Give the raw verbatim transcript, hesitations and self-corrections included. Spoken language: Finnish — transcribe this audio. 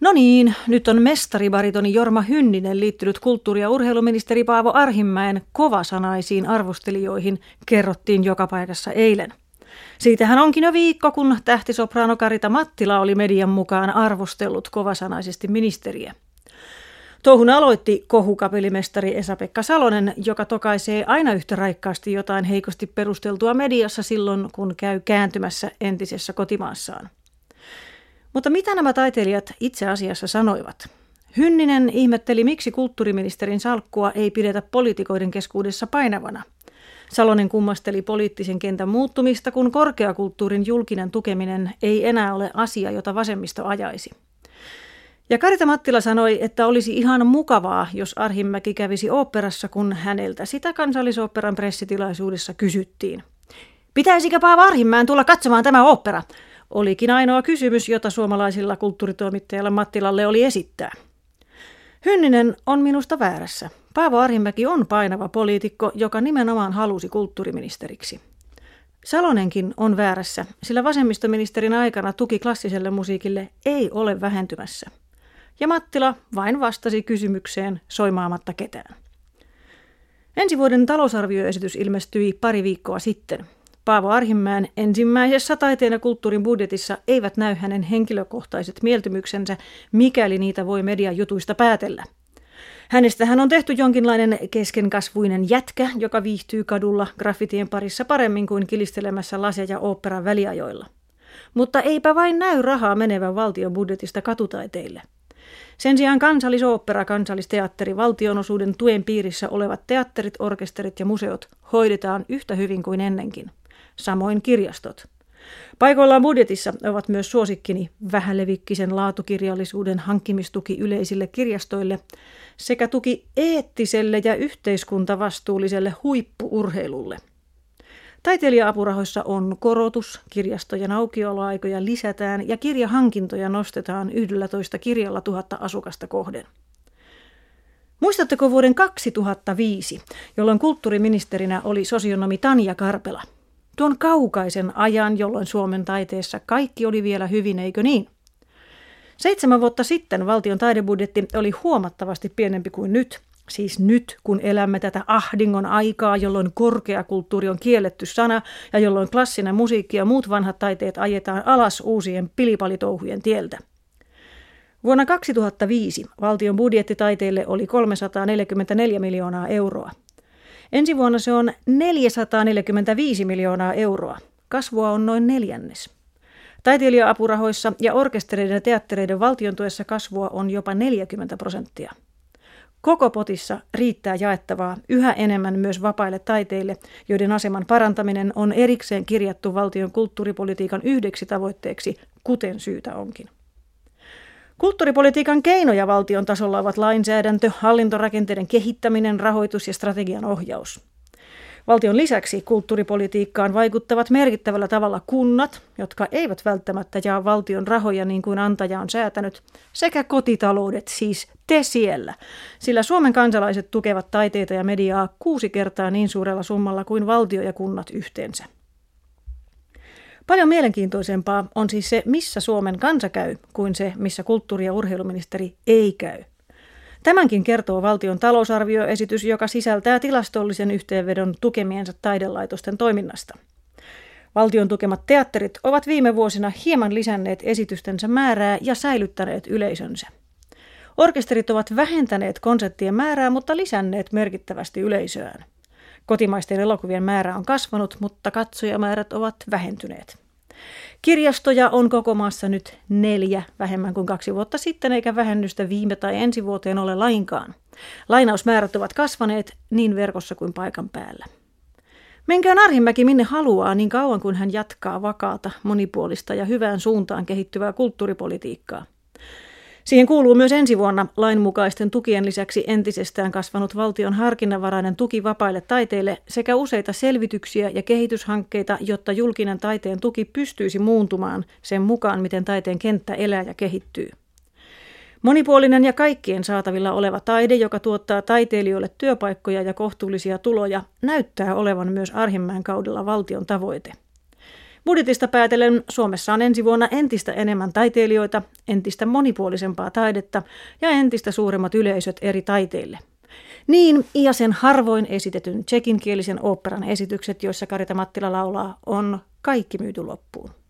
No niin, nyt on mestaribaritoni Jorma Hynninen liittynyt kulttuuri- ja urheiluministeri Paavo Arhinmäen kovasanaisiin arvostelijoihin, kerrottiin joka paikassa eilen. Siitähän onkin jo viikko, kun tähtisopraano Karita Mattila oli median mukaan arvostellut kovasanaisesti ministeriä. Touhun aloitti kohukapellimestari Esa-Pekka Salonen, joka tokaisee aina yhtä raikkaasti jotain heikosti perusteltua mediassa silloin, kun käy kääntymässä entisessä kotimaassaan. Mutta mitä nämä taiteilijat itse asiassa sanoivat? Hynninen ihmetteli, miksi kulttuuriministerin salkkua ei pidetä poliitikoiden keskuudessa painavana. Salonen kummasteli poliittisen kentän muuttumista, kun korkeakulttuurin julkinen tukeminen ei enää ole asia, jota vasemmisto ajaisi. Ja Karita Mattila sanoi, että olisi ihan mukavaa, jos Arhinmäki kävisi oopperassa, kun häneltä sitä Kansallisoopperan pressitilaisuudessa kysyttiin. Pitäisikö Paavo Arhinmäen tulla katsomaan tämä ooppera? Olikin ainoa kysymys, jota suomalaisilla kulttuuritoimittajilla Mattilalle oli esittää. Hynninen on minusta väärässä. Paavo Arhinmäki on painava poliitikko, joka nimenomaan halusi kulttuuriministeriksi. Salonenkin on väärässä, sillä vasemmistoministerin aikana tuki klassiselle musiikille ei ole vähentymässä. Ja Mattila vain vastasi kysymykseen soimaamatta ketään. Ensi vuoden talousarvioesitys ilmestyi pari viikkoa sitten. Paavo Arhinmäen ensimmäisessä taiteen ja kulttuurin budjetissa eivät näy hänen henkilökohtaiset mieltymyksensä, mikäli niitä voi median jutuista päätellä. Hänestähän on tehty jonkinlainen keskenkasvuinen jätkä, joka viihtyy kadulla graffitien parissa paremmin kuin kilistelemässä laseja oopperan väliajoilla. Mutta eipä vain näy rahaa menevän valtion budjetista katutaiteille. Sen sijaan Kansallisooppera, Kansallisteatteri, valtionosuuden tuen piirissä olevat teatterit, orkesterit ja museot hoidetaan yhtä hyvin kuin ennenkin. Samoin kirjastot. Paikoillaan budjetissa ovat myös suosikkini vähälevikkisen laatukirjallisuuden hankkimistuki yleisille kirjastoille sekä tuki eettiselle ja yhteiskuntavastuulliselle huippu-urheilulle. Taiteilija-apurahoissa on korotus, kirjastojen aukioloaikoja lisätään ja kirjahankintoja nostetaan yksitoista kirjalla tuhatta asukasta kohden. Muistatteko vuoden kaksituhattaviisi, jolloin kulttuuriministerinä oli sosionomi Tanja Karpela? Tuon kaukaisen ajan, jolloin Suomen taiteessa kaikki oli vielä hyvin, eikö niin? Seitsemän vuotta sitten valtion taidebudjetti oli huomattavasti pienempi kuin nyt. Siis nyt, kun elämme tätä ahdingon aikaa, jolloin korkeakulttuuri on kielletty sana ja jolloin klassinen musiikki ja muut vanhat taiteet ajetaan alas uusien pilipalitouhujen tieltä. Vuonna kaksituhattaviisi valtion budjetti taiteelle oli kolmesataaneljäkymmentäneljä miljoonaa euroa. Ensi vuonna se on neljäsataaneljäkymmentäviisi miljoonaa euroa. Kasvua on noin neljännes. Taiteilija-apurahoissa ja orkestereiden ja teattereiden valtiontuessa kasvua on jopa neljäkymmentä prosenttia. Koko potissa riittää jaettavaa yhä enemmän myös vapaille taiteille, joiden aseman parantaminen on erikseen kirjattu valtion kulttuuripolitiikan yhdeksi tavoitteeksi, kuten syytä onkin. Kulttuuripolitiikan keinoja valtion tasolla ovat lainsäädäntö, hallintorakenteiden kehittäminen, rahoitus ja strategian ohjaus. Valtion lisäksi kulttuuripolitiikkaan vaikuttavat merkittävällä tavalla kunnat, jotka eivät välttämättä jaa valtion rahoja niin kuin antaja on säätänyt, sekä kotitaloudet, siis te siellä, sillä Suomen kansalaiset tukevat taiteita ja mediaa kuusi kertaa niin suurella summalla kuin valtio ja kunnat yhteensä. Paljon mielenkiintoisempaa on siis se, missä Suomen kansa käy, kuin se, missä kulttuuri- ja urheiluministeri ei käy. Tämänkin kertoo valtion talousarvioesitys, joka sisältää tilastollisen yhteenvedon tukemiensa taidelaitosten toiminnasta. Valtion tukemat teatterit ovat viime vuosina hieman lisänneet esitystensä määrää ja säilyttäneet yleisönsä. Orkesterit ovat vähentäneet konserttien määrää, mutta lisänneet merkittävästi yleisöään. Kotimaisten elokuvien määrä on kasvanut, mutta katsojamäärät ovat vähentyneet. Kirjastoja on koko maassa nyt neljä vähemmän kuin kaksi vuotta sitten, eikä vähennystä viime tai ensi vuoteen ole lainkaan. Lainausmäärät ovat kasvaneet niin verkossa kuin paikan päällä. Menköön Arhinmäki minne haluaa niin kauan kuin hän jatkaa vakaata, monipuolista ja hyvään suuntaan kehittyvää kulttuuripolitiikkaa. Siihen kuuluu myös ensi vuonna lainmukaisten tukien lisäksi entisestään kasvanut valtion harkinnanvarainen tuki vapaille taiteille sekä useita selvityksiä ja kehityshankkeita, jotta julkinen taiteen tuki pystyisi muuntumaan sen mukaan, miten taiteen kenttä elää ja kehittyy. Monipuolinen ja kaikkien saatavilla oleva taide, joka tuottaa taiteilijoille työpaikkoja ja kohtuullisia tuloja, näyttää olevan myös Arhinmäen kaudella valtion tavoite. Budjetista päätellen Suomessa on ensi vuonna entistä enemmän taiteilijoita, entistä monipuolisempaa taidetta ja entistä suuremmat yleisöt eri taiteille. Niin Iasen harvoin esitetyn tšekinkielisen oopperan esitykset, joissa Karita Mattila laulaa, on kaikki myyty loppuun.